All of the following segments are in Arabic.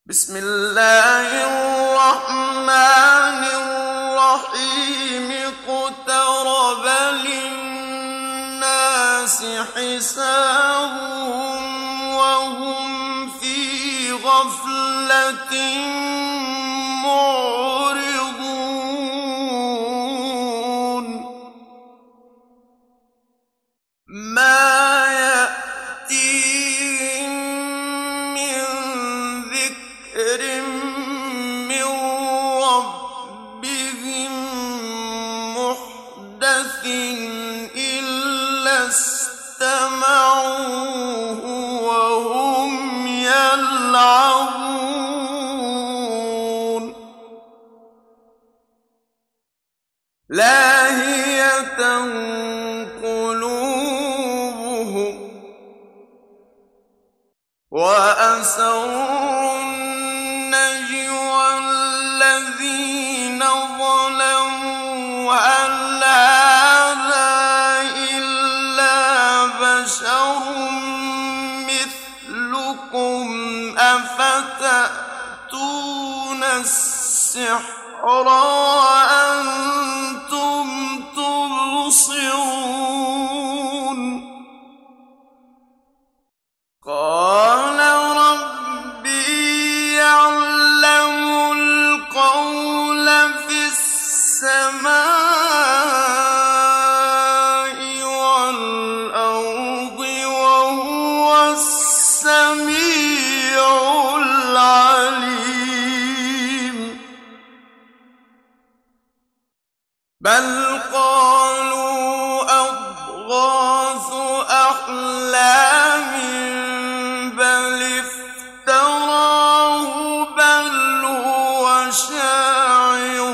بسم الله الرحمن الرحيم اقترب للناس حسابهم وهم في غفلة معرضون ما يأتيهم من ذكر من ربهم محدث إلا استمعوه وهم يلعبون لاهية قلوبهم وأسروا النجوى الذين ظلموا هل هذا إلا بشر مثلكم أفتأتون السحر وأنتم تبصرون قال ربي يعلم القول في السماء والأرض وهو السميع العليم بل قالوا أضغاث أحلام بل افتراه بل هو شاعر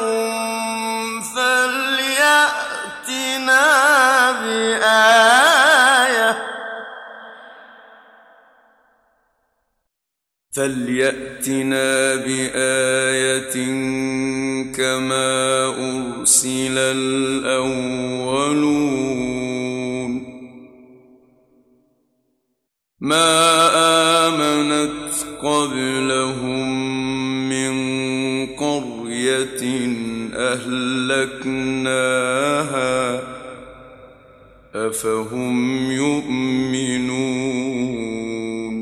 فليأتنا بآية كما أرسل الأولون ما آمنت قبلهم من قرية أهلكناها أفهم يؤمنون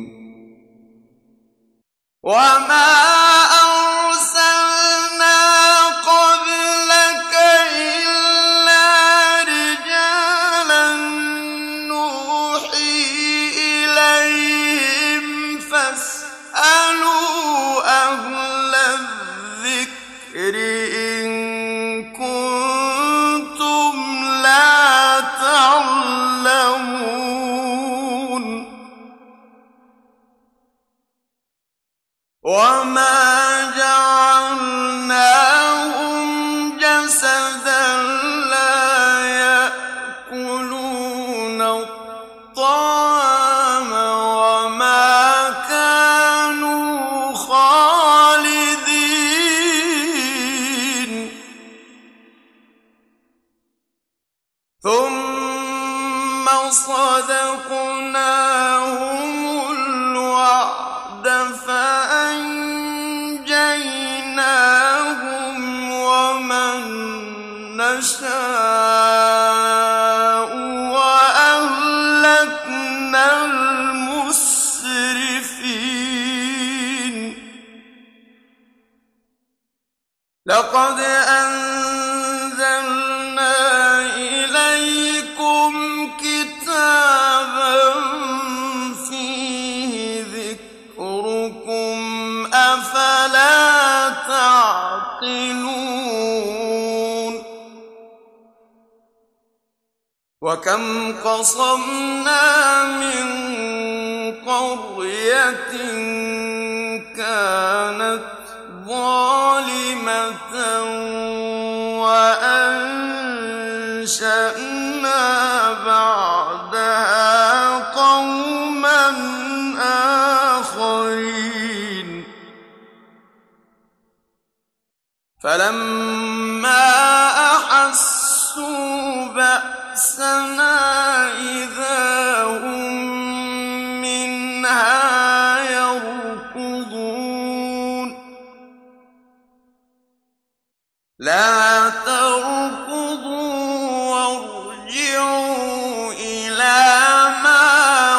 وما أرسلنا قبلك إلا رجالا نوحي إليهم فاسألوا أهل الذكر إن كنتم لا تعلمون وما جعلناهم جسدا لا يأكلون الطعام وما كانوا خالدين ثم صدقناهم الوعد فأنجيناهم ومن نشاء وأهلكنا المسرفين لقد أنزلنا إليكم كتابا فيه ذكركم أفلا تعقلون وكم قصمنا من قرية كانت ظالمة وأنشأنا بعدها قوما آخرين فلما أحسوا بأسنا إذا هم منها يركضون لا تركضوا وارجعوا إلى ما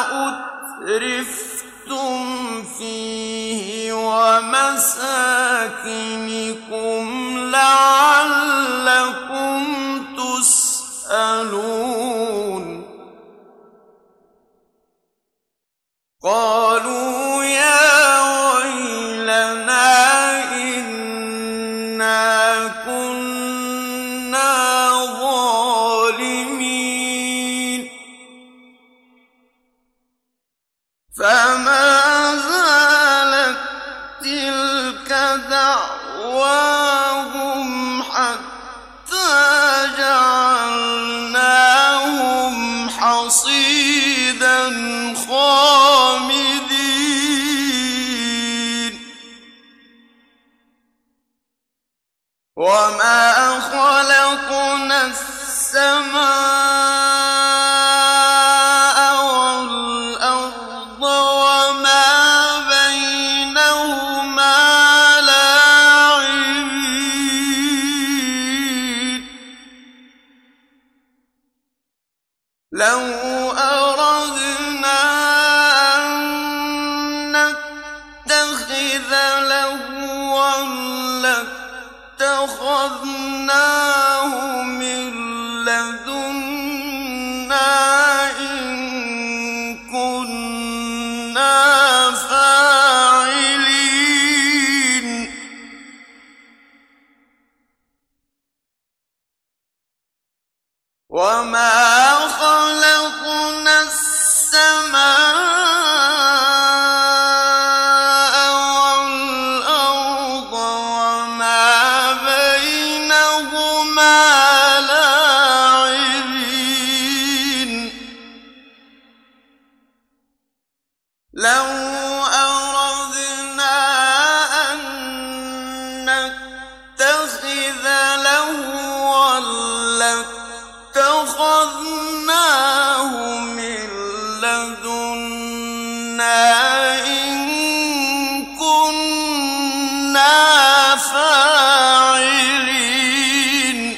أترفتم فيه ومساكنكم لعلكم تسألون قالوا يا ويلنا إنا كنا ظالمين فما زالت تلك دعواهم حتى جعلناهم حصيدا خامدين وما خلقنا السماء والأرض وما بينهما لاعبين لو أردنا أن نتخذ لهوا لاتخذناه من لدنا إن كنا فاعلين وما خلقنا السماء والأرض وما بينهما لاعبين لو أردنا أن نتخذ لهوا لاتخذناه من لدنا إن كنا فاعلين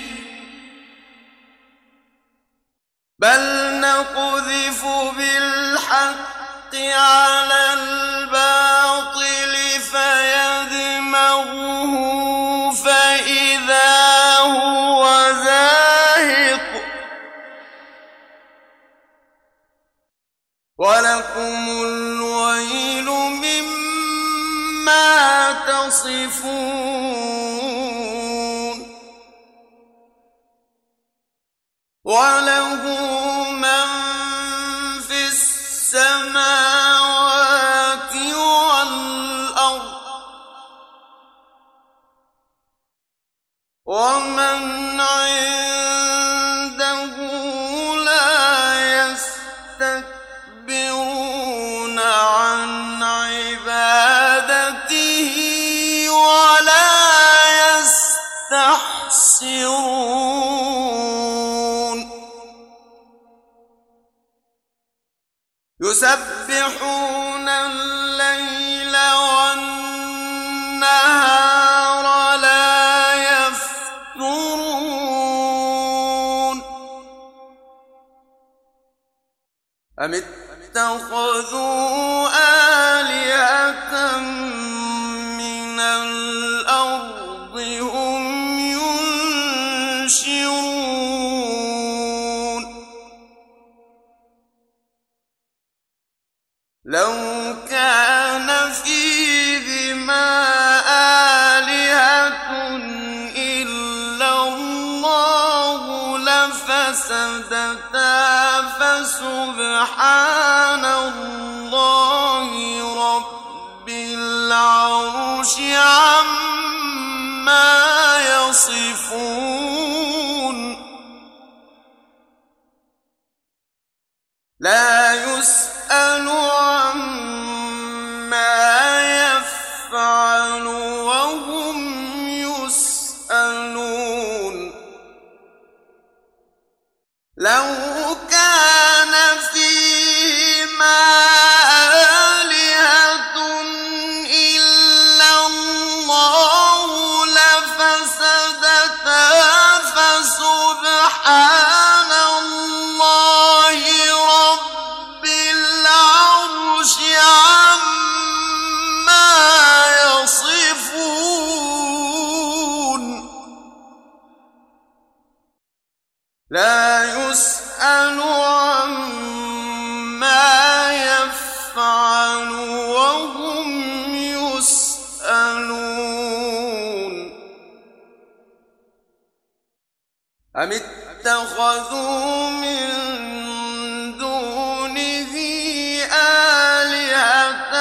بل نقذف بالحق على الباطل فيدمغه فإذا هو زاهق ولكم الويل مما تصفون وله من في السماوات والأرض ومن عنده لا يستكبرون عن عبادته ولا يستحسرون يسبحون الليل والنهار لا يفترون أم اتخذوا آلهة من الأرض هم ينشرون لو كان فيهما آلهة إلا الله لفسدتا فسبحان الله رب العرش عما يصفون لا يسأل عما يفعل وهم يسألون لو كان فيهما آلهة إلا الله لفسدتا أم اتخذوا من دونه آلهة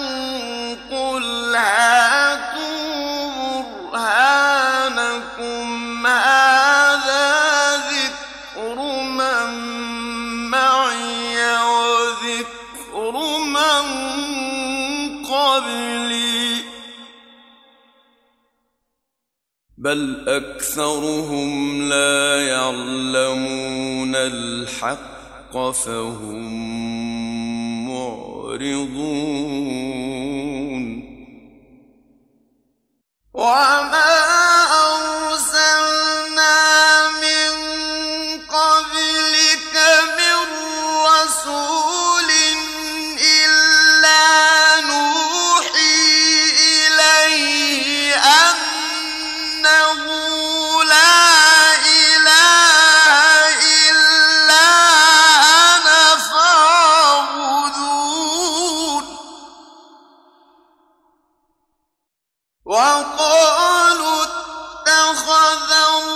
قل هاتوا برهانكم هذا ذكر من معي وذكر من قبلي بل أكثرهم لا يعلمون الحق فهم معرضون وما أرسلنا من قبلك من رسول إلا نوحي إليه أنه لا إله إلا أنا فاعبدون وقالوا اتخذ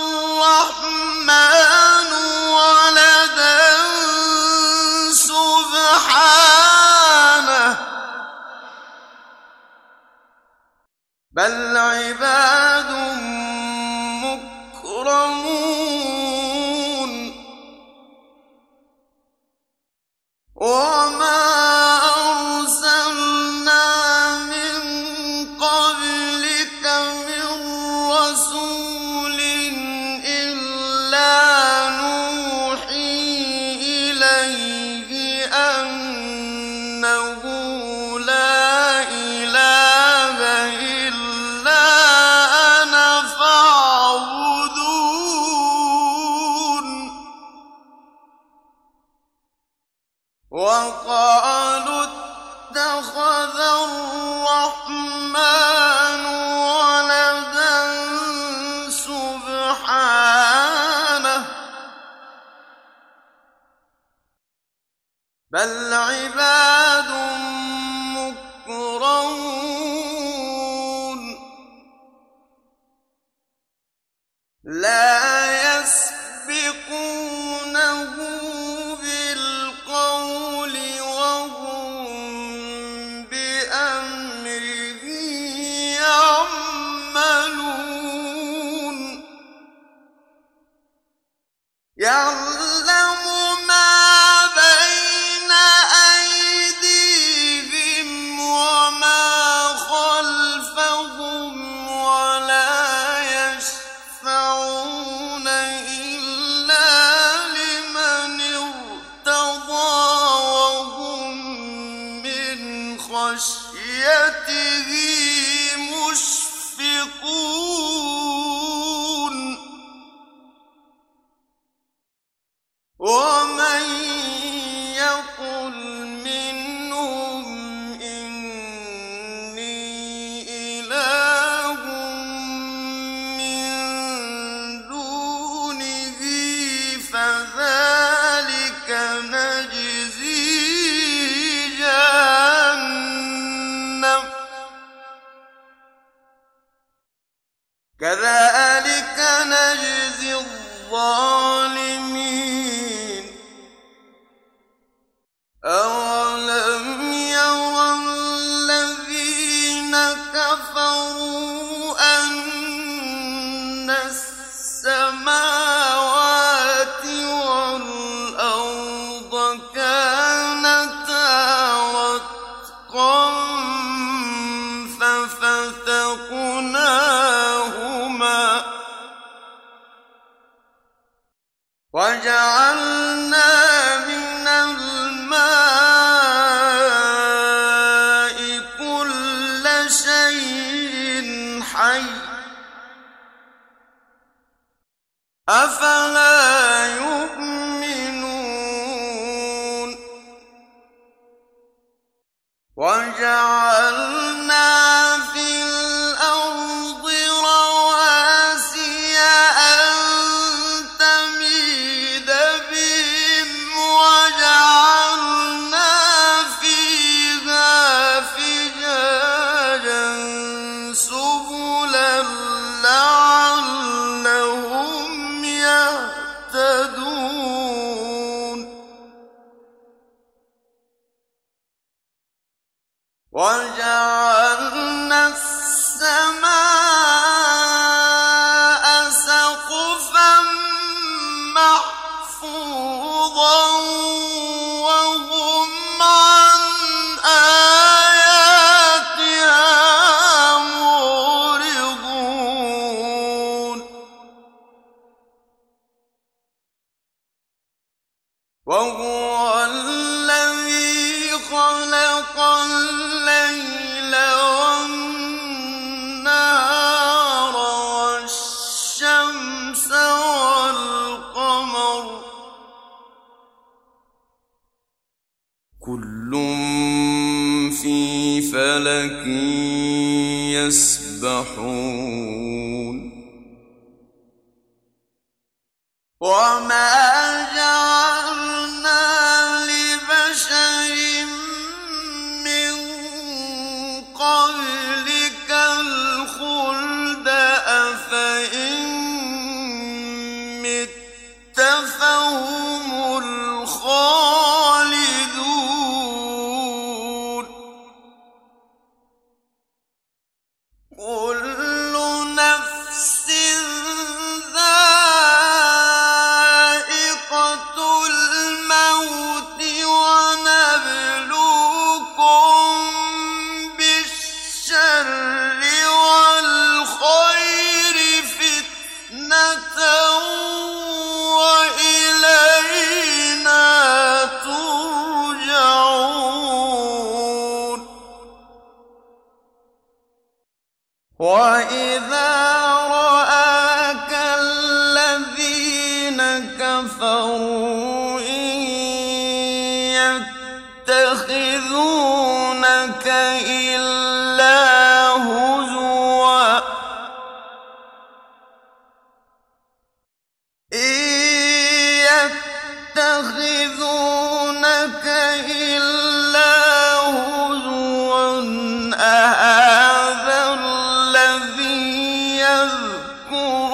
الرحمن ولدا سبحانه بل عباد مكرمون وما أرسلنا من قبلك من رسول إلا نوحي إليه أنه لا إله إلا أنا فاعبدون وقالوا اتخذ الرحمن ولدا سبحانه بل عباد مكرمون لا يسبقونه بالقول وهم بأمره يعملون يعلم ما بين أيديهم وما خلفهم ولا يشفعون إلا لمن ارتضى وهم من خشيته مشفقون ومن يقل منهم إني إله من دونه فذلك نجزيه جهنم كذلك نجزي الظالمين أولم يرى الذين كفروا أن السماوات والأرض كانتا رتقا ففتقناهما وجعلنا من الماء كل شيء حي أفلا يؤمنون وجعلنا في الأرض رواسي أن تميد بهم وجعلنا فيها فجاجا سبلا لعلهم يهتدون السَّمَاءَ سَقْفًا مَّحْفُوظًا وَهُمْ عَنْ آيَاتِهَا مُعْرِضُونَ وَهُوَ الَّذِي خَلَقَ اللَّيْلَ وَالنَّهَارَ وَالشَّمْسَ وَالْقَمَرَ ۖ كُلٌّ فِي فَلَكٍ يَسْبَحُونَ وَمَا جَعَلْنَا لِبَشَرٍ مِّن قَبْلِكَ الْخُلْدَ ۖ أَفَإِن مِّتَّ فَهُمُ الْخَالِدُونَ كُلُّ نَفْسٍ ذَائِقَةُ الْمَوْتِ وَنَبْلُوكُم بِالشَّرِّ وَالْخَيْرِ فِتْنَةً وَإِلَيْنَا تُرْجَعُونَ وَإِذَا رَآكَ الَّذِينَ كَفَرُوا إِن يَتَّخِذُونَكَ إِلَّا هُزُوًا أَهَٰذَا الَّذِي يَذْكُرُ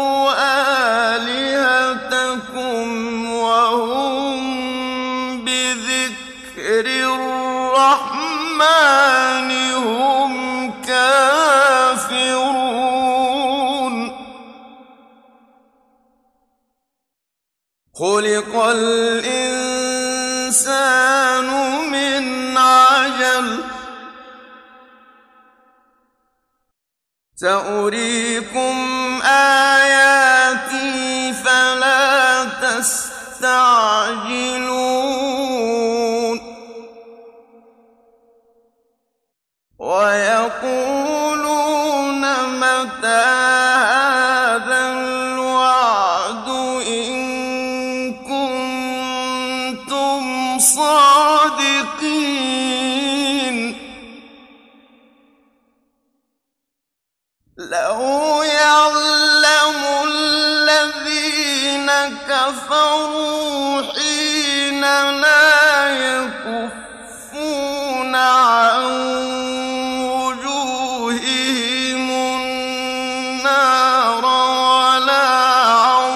آلِهَتَكُمْ وَهُم بِذِكْرِ الرَّحْمَٰنِ هُمْ كَافِرُونَ خُلِقَ الْإِنسَانُ مِنْ عَجَلٍ ۚ سَأُرِيكُمْ آيَاتِي فَلَا تَسْتَعْجِلُونَ وَيَقُولُونَ مَتَىٰ هَٰذَا الْوَعْدُ إِن كُنتُمْ صَادِقِينَ لَوْ يَعْلَمُ الَّذِينَ كَفَرُوا حِينَ لَا يَكُفُّونَ عَن وُجُوهِهِمُ النَّارَ وَلَا عَن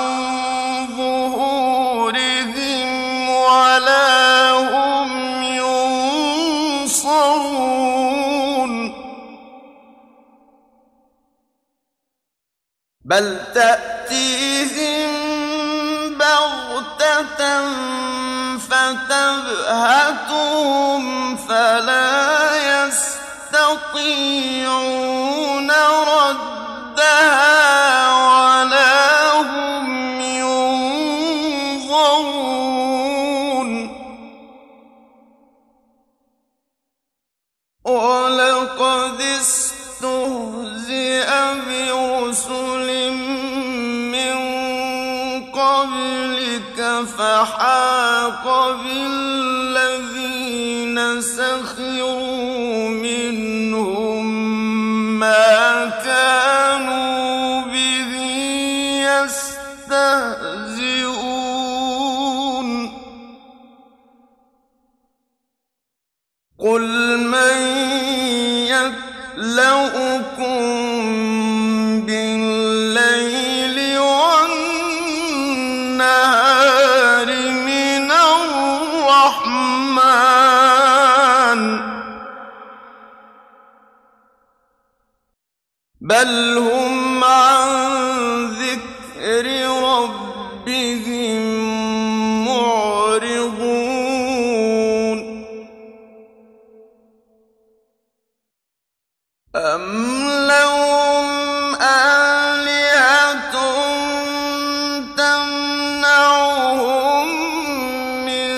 ظُهُورِهِمْ وَلَا هُمْ يُنصَرُونَ بَلْ تَأْتِيهِم بَغْتَةً فَتَبْهَتُهُمْ فَلَا يَسْتَطِيعُونَ رَدَّهَا وَلَا هُمْ يُنظَرُونَ وَلَقَدِ اسْتُهْزِئَ بِرُسُلٍ مِّن قَبْلِكَ فَحَاقَ بِالَّذِينَ سَخِرُوا مِنْهُم مَّا كَانُوا بِهِ يَسْتَهْزِئُونَ قُلْ مَن يَكْلَؤُكُم بِاللَّيْلِ وَالنَّهَارِ مِنَ الرَّحْمَٰنِ بل هم عن ذكر ربهم معرضون أم لهم آلهة تمنعهم من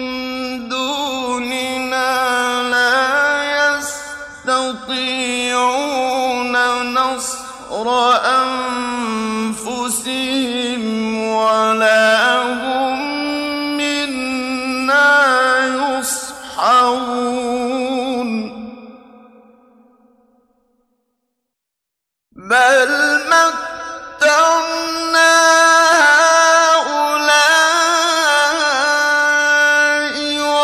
دوننا لا يستطيعون نصر أنفسهم ولا هم منا يصحبون بل متعنا هؤلاء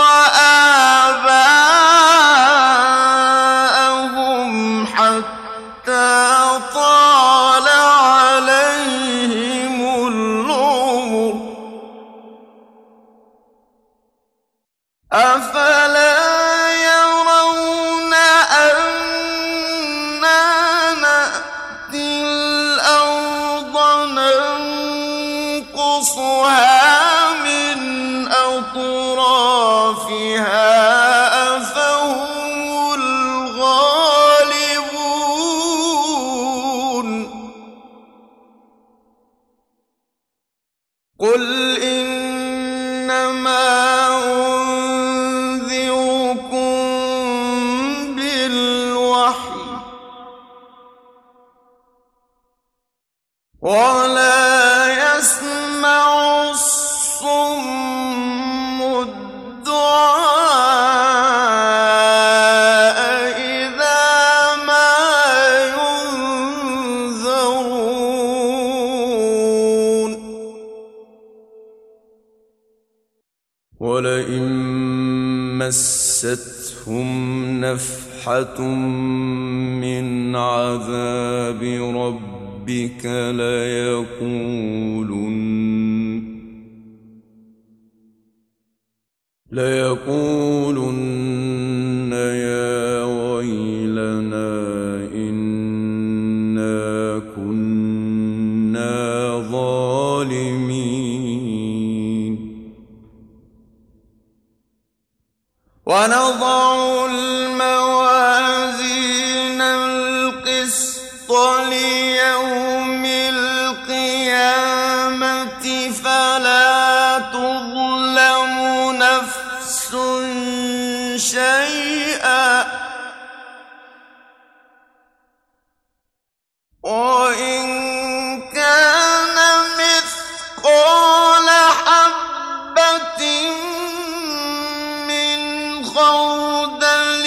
وآباءهم حتى طال عليهم العمر أفلا يرون أنا نأتي الأرض ننقصها من أطرافها أفهم الغالبون قل إنما أنذركم بالوحي ولا يسمع الصم الدعاء إذا ما ينذرون ولئن مستهم نفحة من عذاب ربك ليقولن يا ويلنا إنا كنا ظالمين ونضع الموازين القسط ليوم القيامة فلا تظلم نفس شيئا وإن كان مثقال حبة من خردل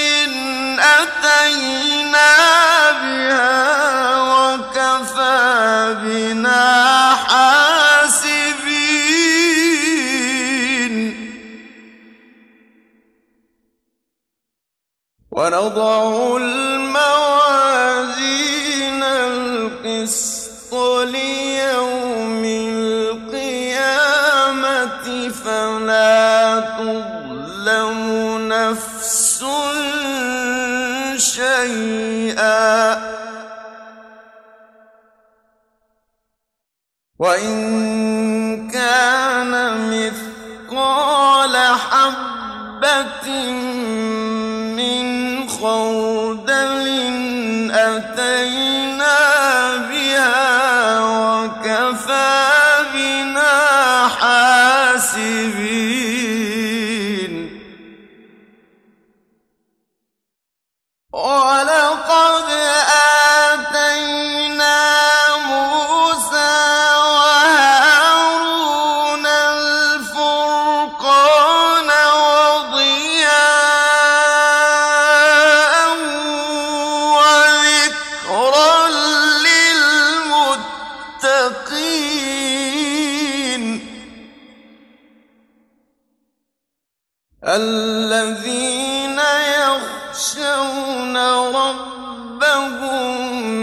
أتينا بها وكفى بنا حاسبين ونضع الموازين القسط ليوم القيامة فلا تظلم نفس شيئا وإن كان مثقال حبة من خردل أتينا بها وكفى بنا حاسبين ولقد آتينا موسى وهارون الفرقان وضياء وذكرا للمتقين الذين يخشون ربهم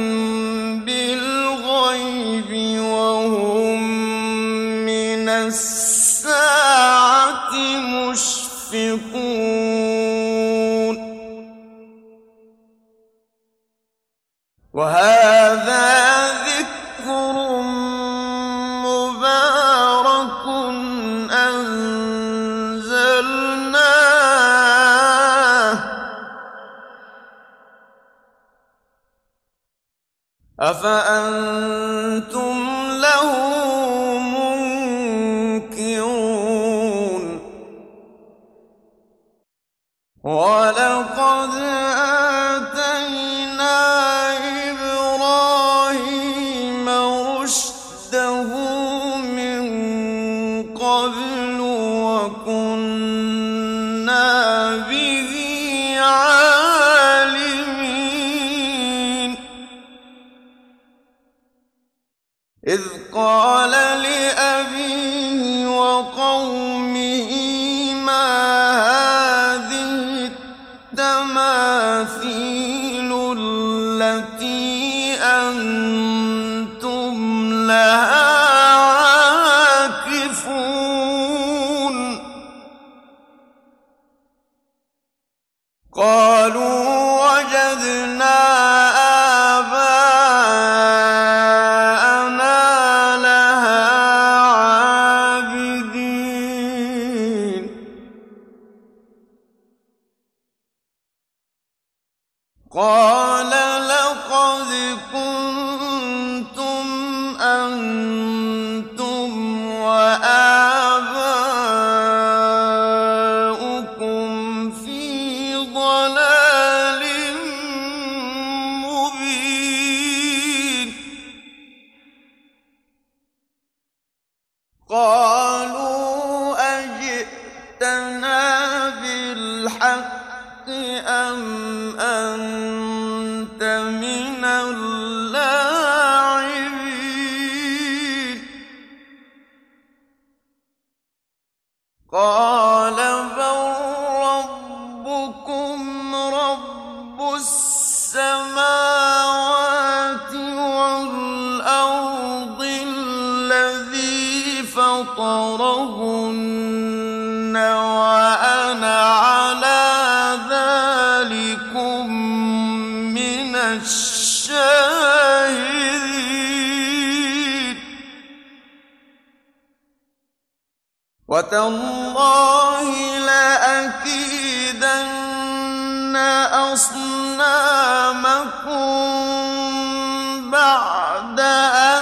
بالغيب وهم من الساعة مشفقون هَٰذَا ذِكْرٌ مُّبَارَكٌ أَنزَلْنَاهُ ۚ أَفَأَنتُمْ لَهُ مُنكِرُونَ وَلَقَدْ آتَيْنَا إِبْرَاهِيمَ رُشْدَهُ مِن قَبْلُ وَكُنَّا بِهِ عَالِمِينَ إِذْ قَالَ لِأَبِيهِ وَقَوْمِهِ مَا هَٰذِهِ التَّمَاثِيلُ الَّتِي أَنتُمْ لَهَا عَاكِفُونَ قَالُوا وَجَدْنَا آبَاءَنَا لَهَا عَابِدِينَ قَالَ لَقَدْ كُنتُمْ أَنتُمْ وَآبَاؤُكُمْ فِي ضَلَالٍ مُّبِينٍ قَالُوا أَجِئْتَنَا بِالْحَقِّ أَمْ أَنتَ مِنَ اللاعبين قَالَ بَل رَّبُّكُمْ رَبُّ السَّمَاوَاتِ وَالْأَرْضِ الَّذِي فَطَرَهُنَّ وَأَنَا عَلَىٰ ذَٰلِكُم مِّنَ الشَّاهِدِينَ وَتَاللَّهِ لَأَكِيدَنَّ أَصْنَامَكُم بَعْدَ أَن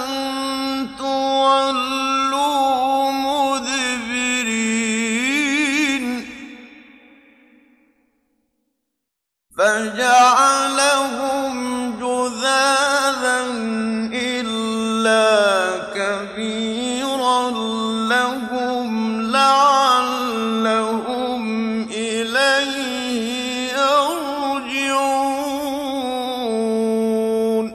تُوَلُّوا مُدْبِرِينَ فَجَعَلَهُمْ جُذَاذًا إِلَّا كَبِيرًا لَّهُمْ لَعَلَّهُمْ إِلَيْهِ يَرْجِعُونَ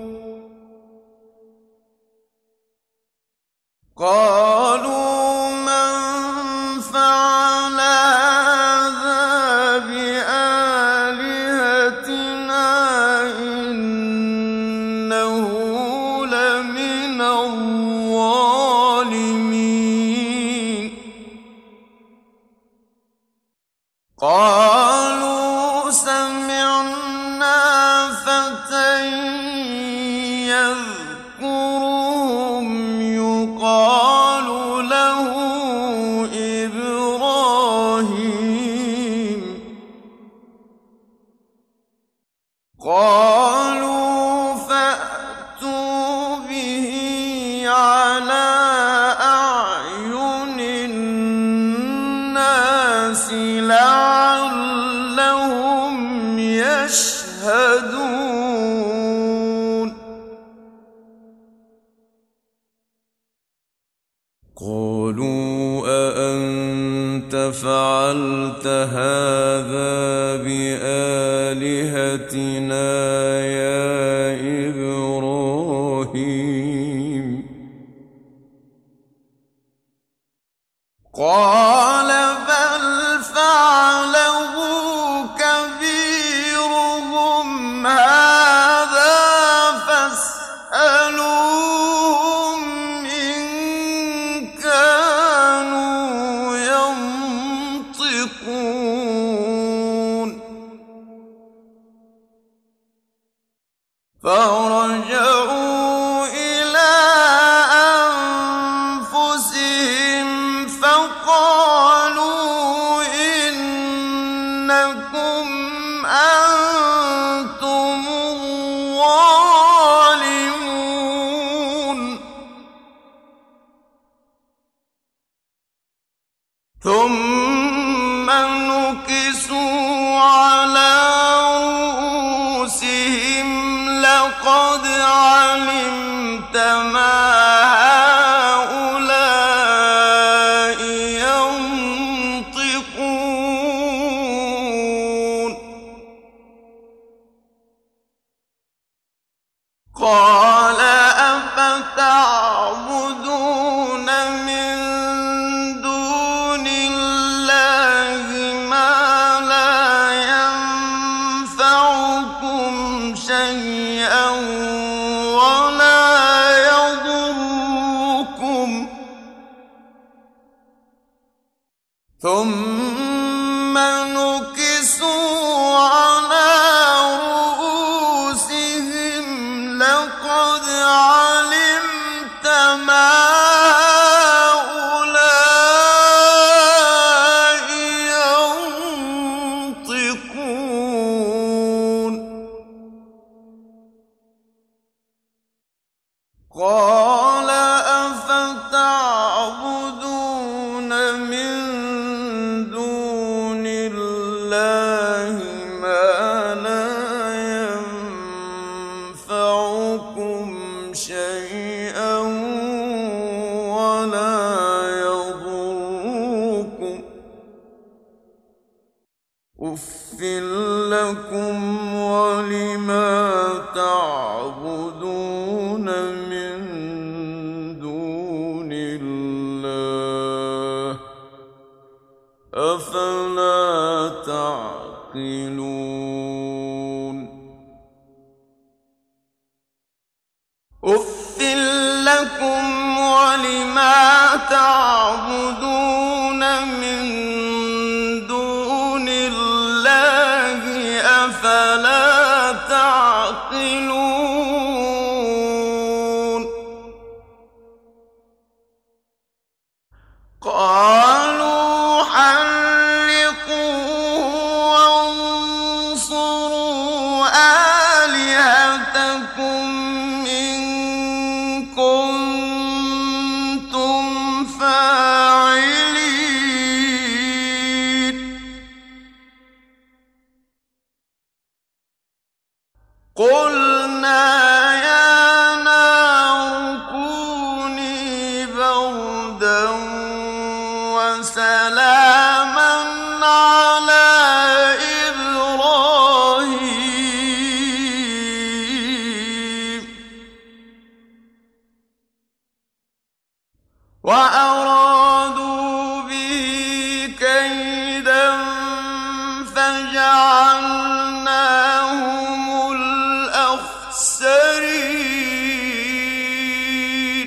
قَالُوا مَن فَعَلَ هَٰذَا بِآلِهَتِنَا إِنَّهُ لَمِنَ الظَّالِمِينَ قَالُوا سَمِعْنَا فَتًى يَذْكُرُهُمْ يُقَالُ لَهُ إِبْرَاهِيمُ قَالُوا فَأْتُوا بِهِ عَلَىٰ أَعْيُنِ النَّاسِ لَعَلَّهُمْ يَشْهَدُونَ قَالُوا أَأَنتَ فَعَلْتَ هَٰذَا بِآلِهَتِنَا يَا إِبْرَاهِيمُ قَالَ بَلْ فَعَلَهُ كَبِيرُهُمْ هَٰذَا فَاسْأَلُوهُمْ إِن كَانُوا يَنطِقُونَ لقد علمت ما هؤلاء ينطقون قال أفتعبدون من دون الله ما لا ينفعكم شيئا ولا يضركم ثم نكسوا على رؤوسهم لقد علمت ما هؤلاء ينطقون قال أفتعبدون من دون الله ما لا ينفعكم شيئا ولا يضركم أُفٍّ لكم ولما تعبدون من دون الله أفلا تعقلون أُفٍّ لكم ولما تعبدون من دون الله أفلا تعقلون قالوا حرقوه وانصروا آلهتكم إن كنتم فاعلين قلنا يا نار كوني بردا وسلاما على إبراهيم وأرادوا به كيدا فجعلناهم الأخسرين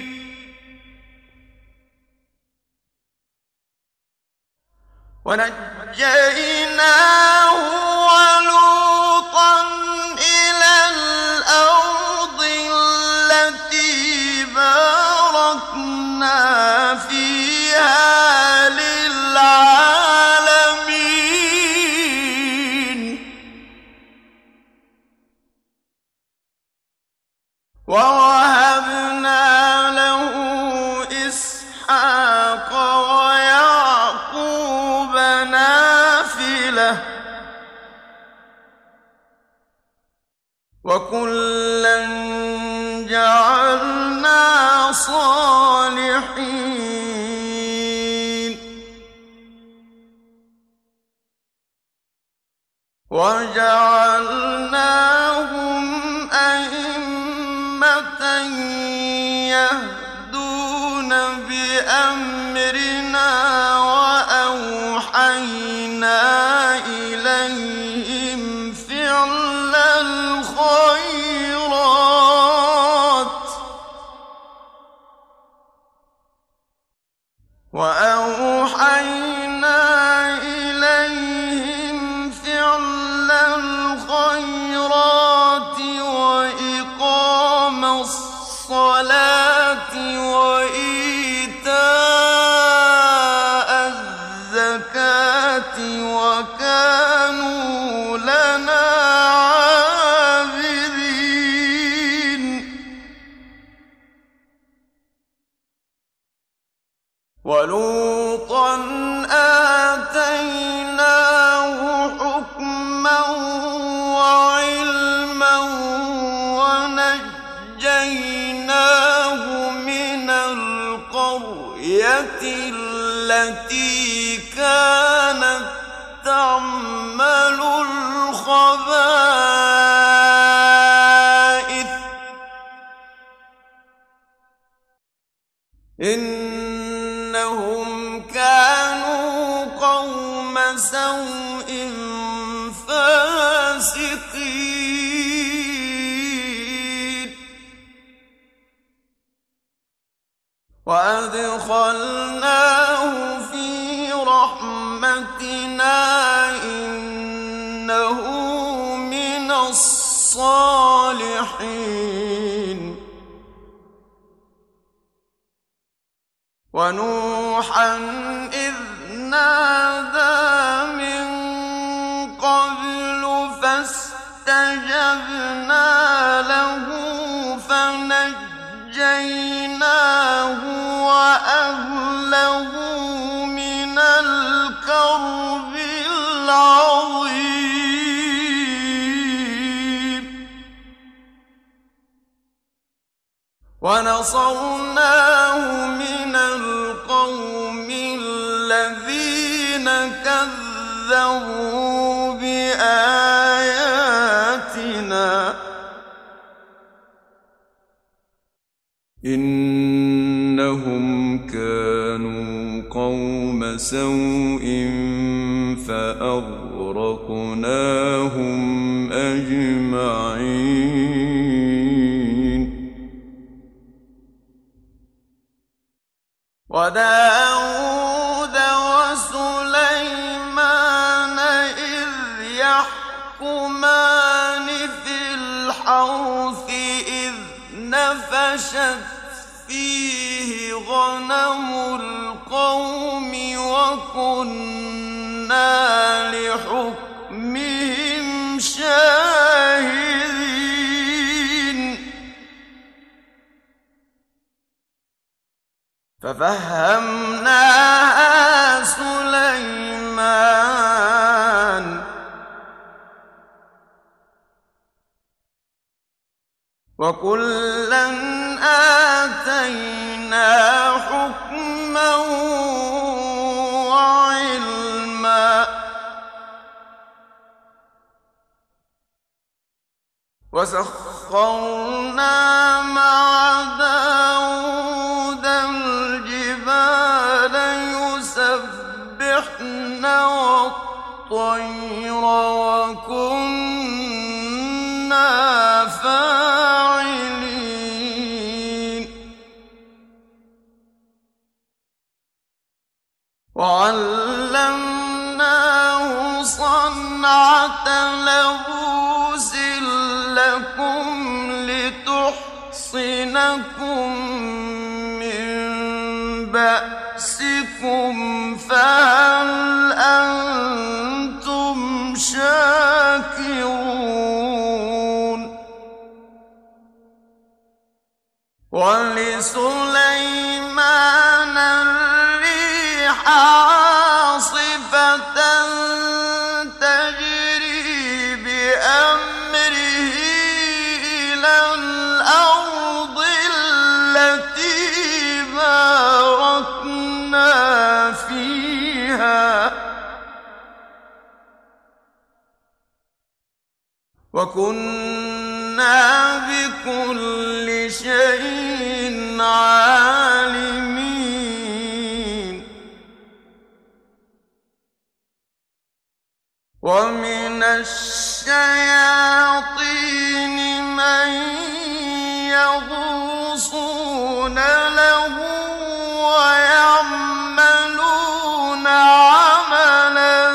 ونجيناه ولوطا إلى الأرض التي باركنا فيها للعالمين ووهبنا له إسحاق ويعقوب نافلة وكلا جعلنا صالحين وجعلناهم أئمة يهدون بأمرنا وأوحينا إليهم فعل الخيرات وإقام الصلاة وإيتاء الزكاة وكانوا لنا عابدين ولوطا آتيناه حكما وعلما ونجيناه ونجيناه من القرية التي كانت تعمل الخبائث إنهم كانوا قوم سوء فاسقين وأدخلناه في رحمتنا إنه من الصالحين ونوحا إذ نادى من قبل فاستجبنا له فنجيناه وأهله من الكرب العظيم ونصرناه من القوم الذين كذبوا بآياتنا إنهم كانوا قوم سوء فأغرقناهم أجمعين وداود وسليمان إذ يحكمان في الحرث إذ نفشت فيه غنم القوم وكنا لحكمهم شاهدين ففهمناها سليمان وكلا آتينا حكما وعلما وسخرنا مع داود الجبال يسبحن والطير وكنا فاعلين وعلمناه صنعة لبوس لكم لتحصنكم من بأسكم فهل أنتم شاكرون ولسليمان الريح عاصفة تجري بأمره إلى الأرض التي باركنا فيها وكنا بكل شيء عالمين ومن الشياطين من يغوصون له ويعملون عملا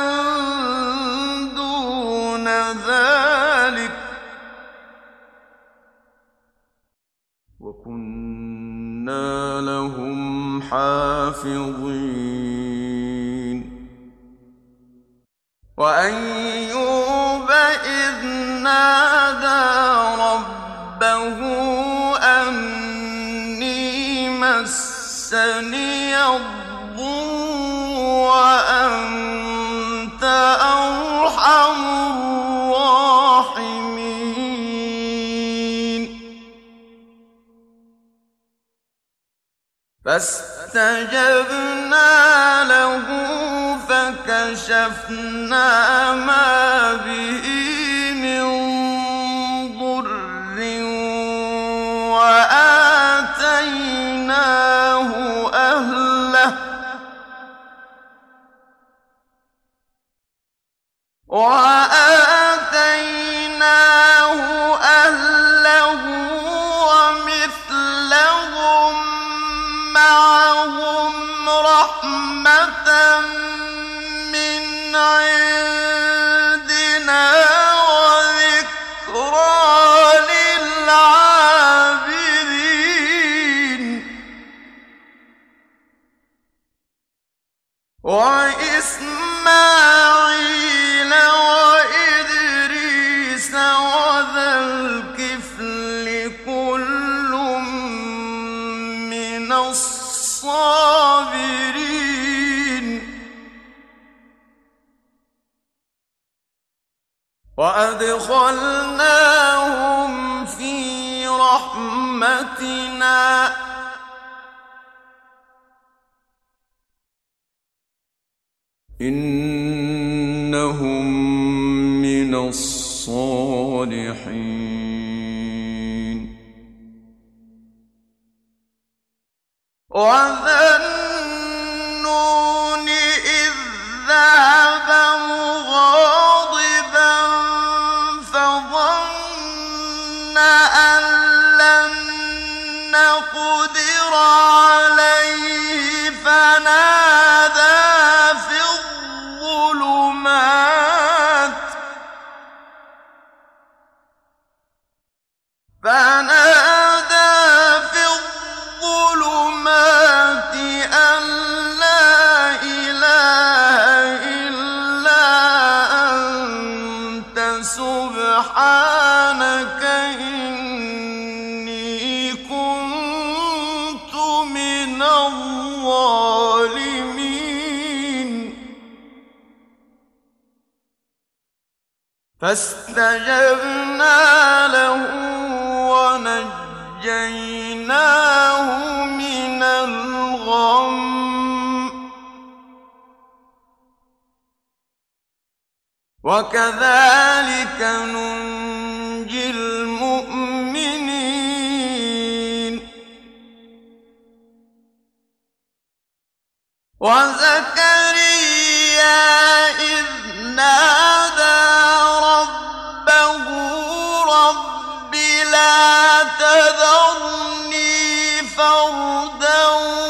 دون ذلك وكنا لهم حافظين وأيوب إذ نادى ربه أني مسني الضر وأنت أرحم الراحمين فاستجبنا له فكشفنا ما به من ضر وآتيناه أهله ومثلهم معهم رحمة من عندنا وذكرى للعابدين وإسماعيل وإدريس وذا الكفل كل من الصابرين وأدخلناهم في رحمتنا إنهم من الصالحين وذا النون إذ ذهب مغاضبا فظن أن لن نقدر عليه فنادى في الظلمات أن لا إله إلا أنت سبحانك إني كنت من الظالمين فاستجبنا له ونجيناه من الغم وكذلك ننجي المؤمنين وزكريا إذ نادى ربه رب لا تذرني فردا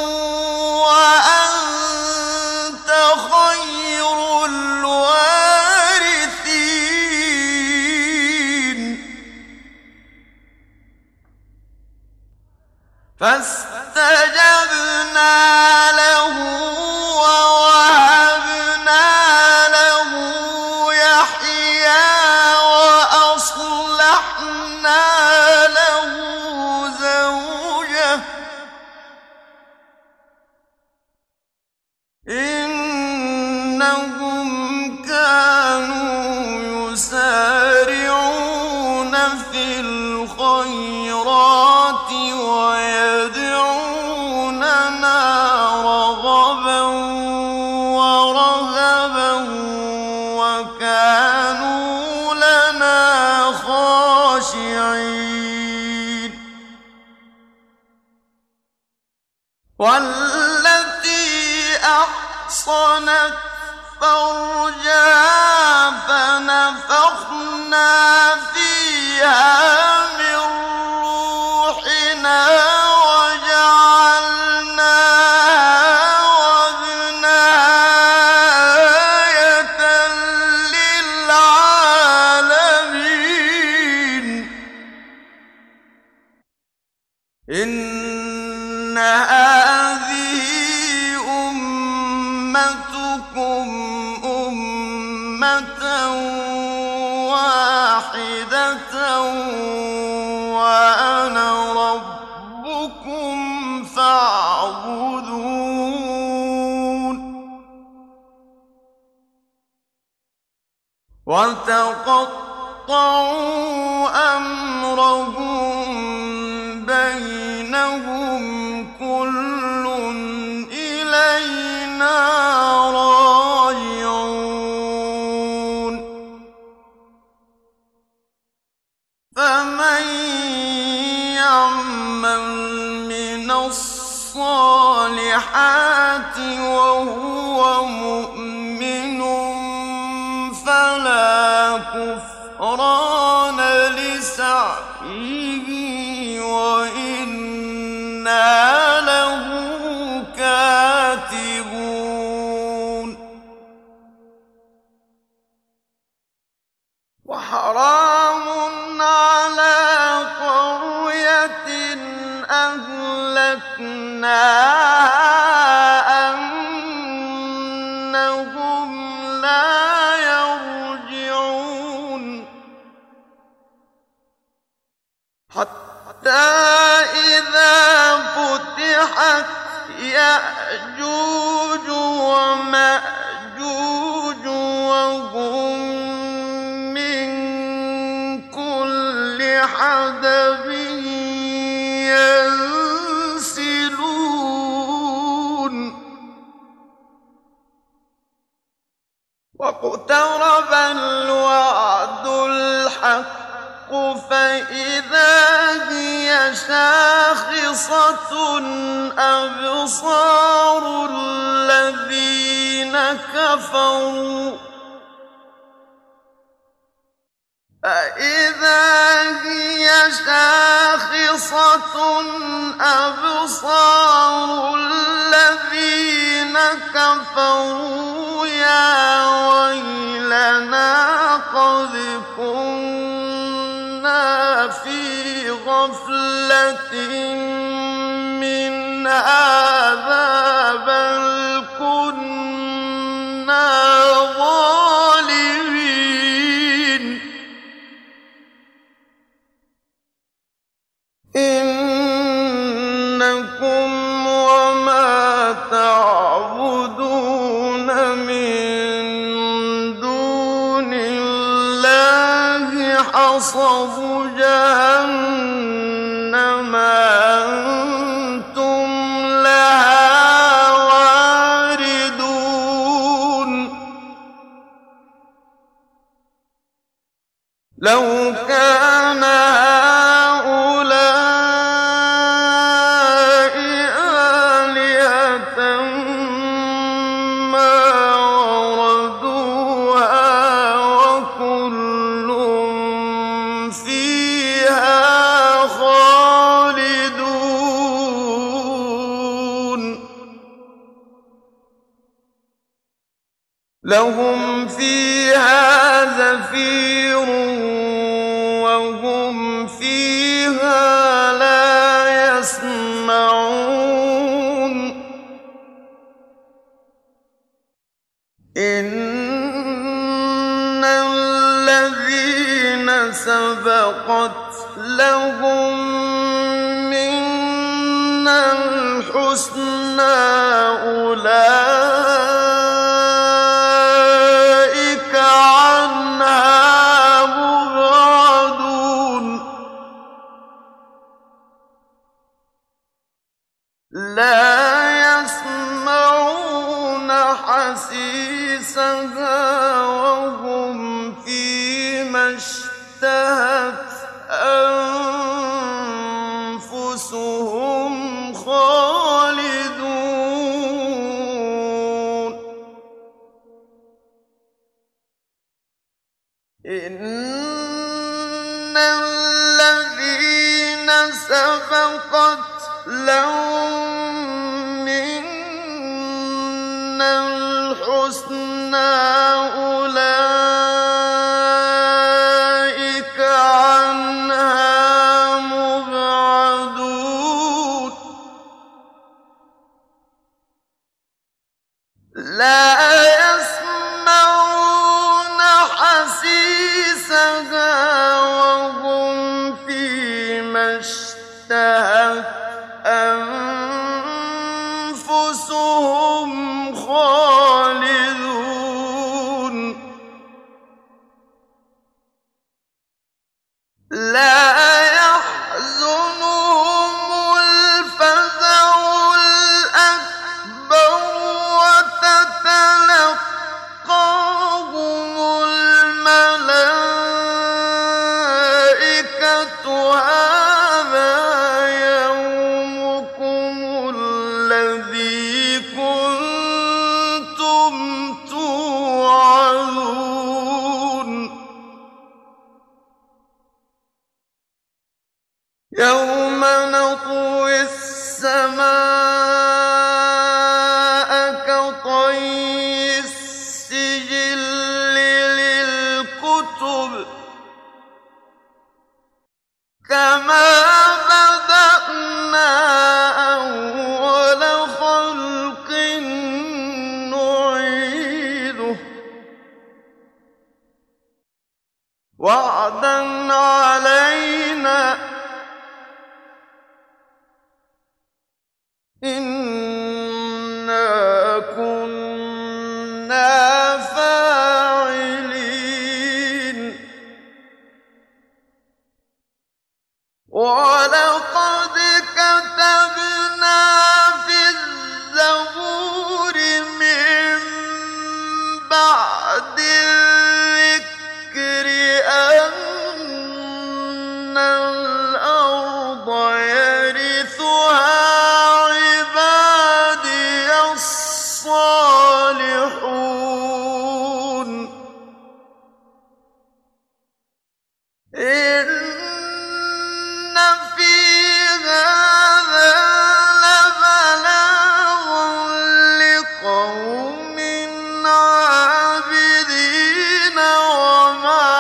وأنت خير الوارثين فاستجبنا له ووهبنا له يحيى وأصلحنا له زوجه إنهم كانوا يسارعون في الخيرات ويدعوننا رغبا ورهبا وكانوا لنا خاشعين والتي أحصنت فرجها فنفخنا فيها من روحنا وجعلناها وابنها آية للعالمين إن هذه أمتكم أمة واحدة وأنا ربكم فاعبدون وتقطعوا أمرهم بينهم كل يعمل من الصالحات وهو مؤمن فلا كفران لسعيه وإنا له كاتبون وحرام على قرية أهلكناها أنهم لا يرجعون حتى إذا فتحت يأجوج ومأجوج وهم من كل حدب ينسلون واقترب الوعد الحق فإذا هي شاخصة أبصار الذين كفروا يا ويلنا قد كنا في غفلة من هذا بل كنا ظالمين إنكم وما تعبدون من دون الله حصب جهنم أنتم لها واردون لو كان لهم فيها زفير وهم فيها لا يسمعون إن الذين سبقت لهم منا الحسنى أولئك عنها مبعدون لا يسمعون حسيسها وهم فيما اشتهت أنفسهم خالدون إن الذين سبقت لهم منا الحسنى أولئك عنها مبعدون لا يسمعون حسيسها وهم فيما اشتهت أنفسهم خالدون لا يحزنهم الفزع الأكبر وتتلقاهم الملائكة هذا نطوي السماء كطي السجل للكتب كما بدأنا أول خلق نعيده وعدا علينا إنا كنا فاعلين ولقد كتبنا في الزبور من بعد الذكر أن الأرض يرثها عبادي الصالحون إن في هذا لبلاغا لقوم عابدين وما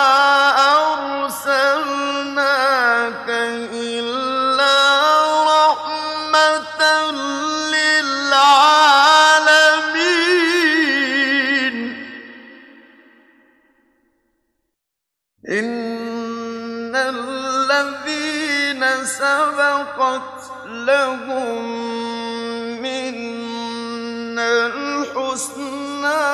أرسلناك إلا رحمة للعالمين إن الذين سبقت لهم منا الحسنى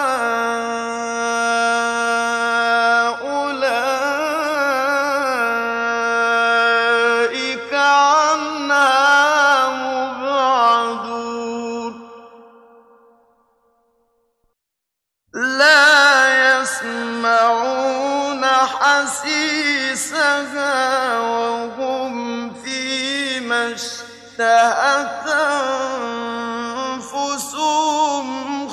أولئك عنها مبعدون لا يسمعون حسيسها وهم فيما اشتهت أنفسهم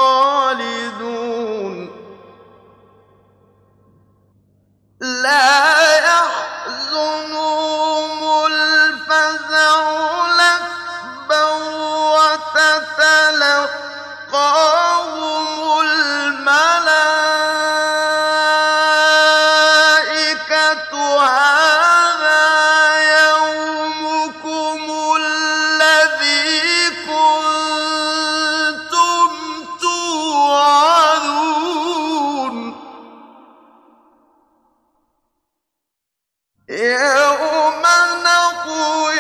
خالدون لا يحزنهم الفزع الأكبر وتتلقاهم الملائكة هذا يومكم الذي كنتم توعدون يوم نطوي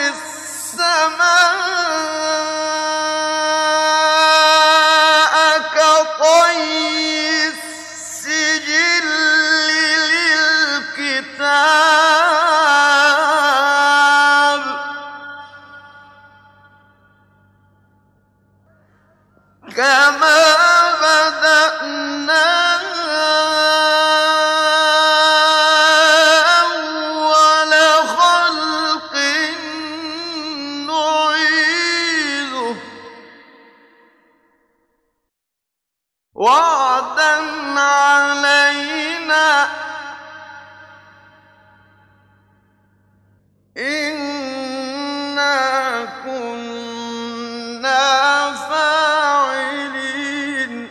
السماء كطي السجل للكتاب كما بدأنا أول خلق نعيده وعدا علينا إنا كنا فاعلين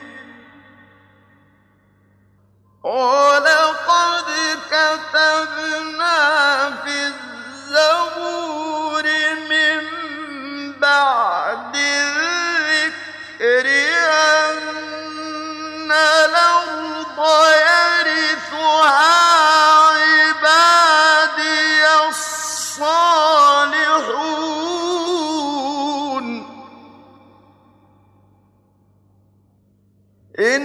ولقد كتبنا في الزبور من بعد الذكر أن الأرض يرثها عبادي الصالحون إن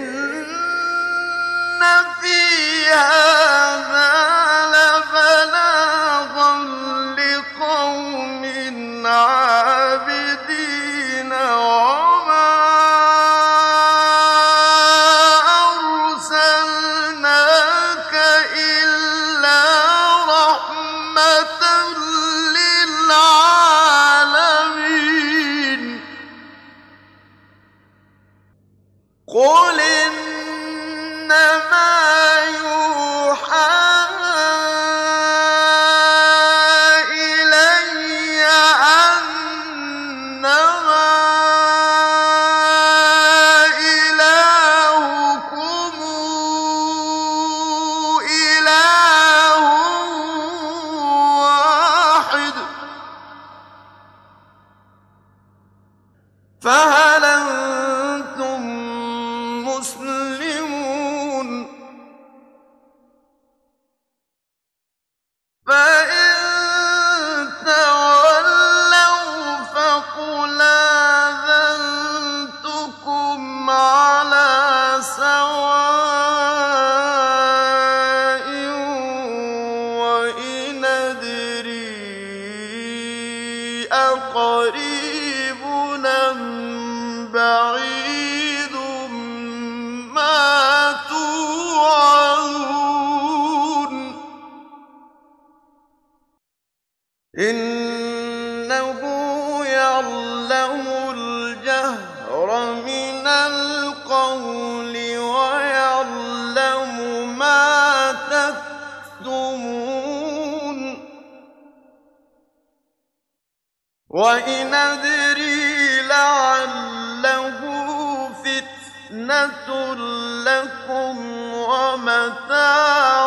في هذا لبلاغا لقوم عابدين وما أرسلناك إلا رحمة للعالمين قل إنما يوحى إلي أقريب أم بعيد ما توعدون إنه يعلم الجهر من القول ويعلم ما تكتمون وإن أدري لعله فتنة لكم ومتاع